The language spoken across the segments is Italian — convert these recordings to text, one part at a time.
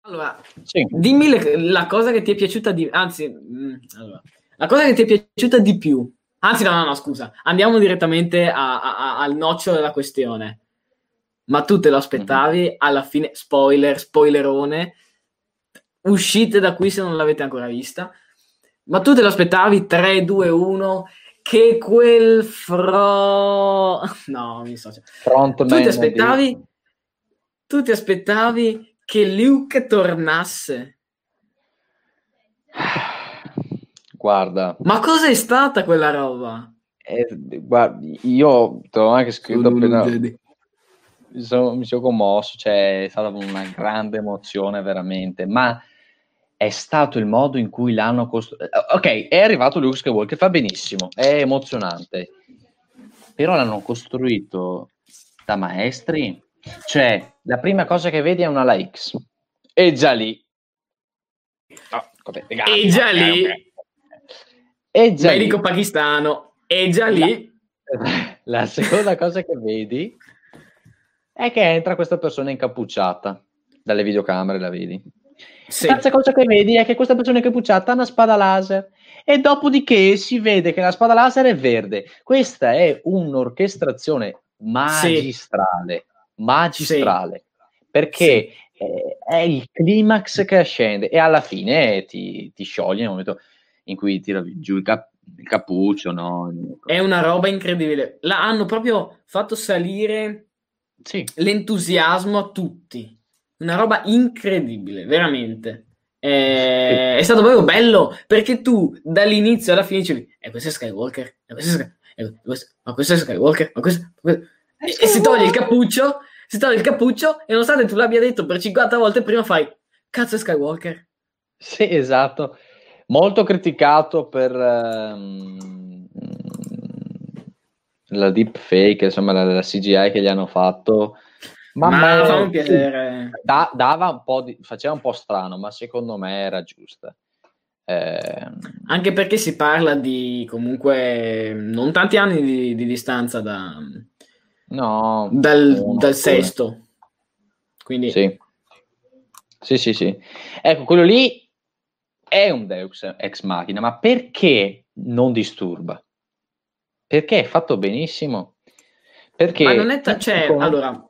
Allora, Sì. dimmi la cosa che ti è piaciuta di... Anzi, allora, la cosa che ti è piaciuta di più. Anzi, no, scusa. Andiamo direttamente al nocciolo della questione. Ma tu te lo aspettavi? Alla fine, spoilerone, uscite da qui se non l'avete ancora vista. Ma tu te lo aspettavi 3, 2, 1 che quel No, mi sto... Frontman Tu ti aspettavi che Luke tornasse? Guarda, Ma cos'è stata quella roba? guarda, io te l'ho anche scritto appena, mi sono commosso, cioè è stata una grande emozione veramente, ma è stato il modo in cui l'hanno costruito. Ok, è arrivato Luke Skywalker, fa benissimo, è emozionante, però l'hanno costruito da maestri, cioè la prima cosa che vedi è una la X, e già lì, E già lì, e già medico lì. pakistano, e già lì. La seconda cosa che vedi è che entra questa persona incappucciata, dalle videocamere la vedi. Sì. La terza cosa che vedi è che questa persona incappucciata ha una spada laser e dopodiché si vede che la spada laser è verde. Questa è un'orchestrazione magistrale, perché è il climax che ascende e alla fine ti scioglie nel momento in cui tira giù il cappuccio, no? È una roba incredibile. Hanno proprio fatto salire l'entusiasmo a tutti. Una roba incredibile, veramente. È stato proprio bello perché tu dall'inizio alla fine dicevi: questo è Skywalker, ma questo è Skywalker, e si toglie il cappuccio, e nonostante tu l'abbia detto per 50 volte prima fai: cazzo è Skywalker. Sì, esatto. Molto criticato per la deepfake, insomma la CGI che gli hanno fatto. Ma fa un piacere. Dava un po' faceva un po' strano, ma secondo me era giusta. Anche perché si parla di comunque non tanti anni di distanza dal sesto. Quindi sì. Ecco, quello lì è un Deus ex machina, ma perché non disturba? Perché è fatto benissimo. Perché ma non è allora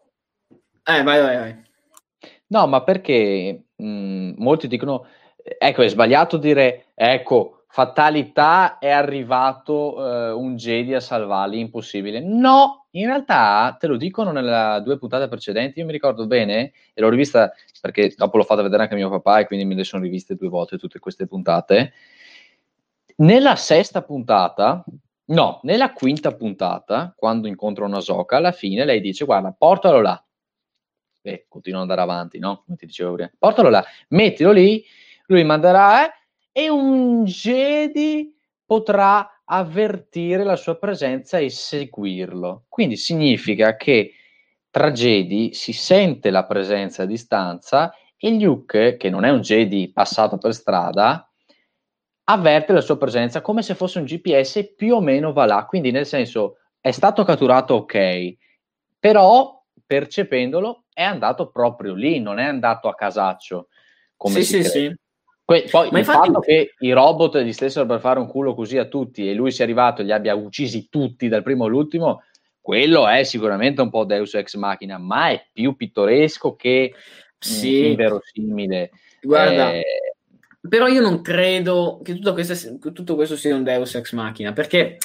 vai. No, ma perché molti dicono ecco, è sbagliato dire ecco, fatalità, è arrivato un Jedi a salvarli, impossibile. No, in realtà te lo dicono nelle 2 puntate precedenti, io mi ricordo bene e l'ho rivista perché dopo l'ho fatta vedere anche a mio papà e quindi me le sono riviste 2 volte tutte queste puntate. Nella sesta puntata, no, nella quinta puntata, quando incontra una Ahsoka, alla fine lei dice guarda, portalo là. Continua ad andare avanti, no? Come ti dicevo prima. Portalo là, mettilo lì, lui manderà e un Jedi potrà avvertire la sua presenza e seguirlo. Quindi significa che tra Jedi si sente la presenza a distanza e Luke, che non è un Jedi passato per strada, avverte la sua presenza come se fosse un GPS e più o meno va là. Quindi nel senso è stato catturato, ok, però percependolo è andato proprio lì, non è andato a casaccio come si crede. Sì. Poi il fatto che i robot gli stessero per fare un culo così a tutti e lui sia arrivato e li abbia uccisi tutti dal primo all'ultimo, quello è sicuramente un po' Deus ex machina, ma è più pittoresco che inverosimile. Guarda, però io non credo che tutto questo sia un Deus ex machina, perché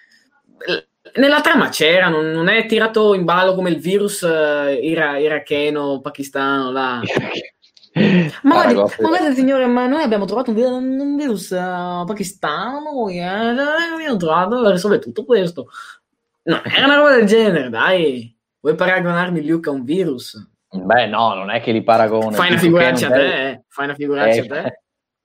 nella trama c'era, non è tirato in ballo come il virus iracheno, pakistano, là. Ma guarda, signore, ma noi abbiamo trovato un virus pakistano, noi abbiamo trovato per risolvere tutto questo. No, era una roba del genere, dai. Vuoi paragonarmi Luke a un virus? Beh, no, non è che li paragona. Fai una figuraccia a te.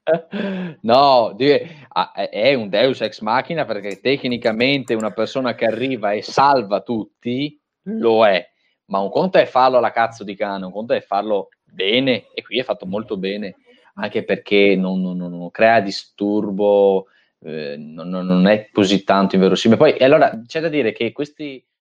No, è un Deus ex machina perché tecnicamente una persona che arriva e salva tutti lo è, ma un conto è farlo alla cazzo di cane, un conto è farlo bene e qui è fatto molto bene, anche perché non crea disturbo, non è così tanto inverosimile. Poi allora c'è da dire che questi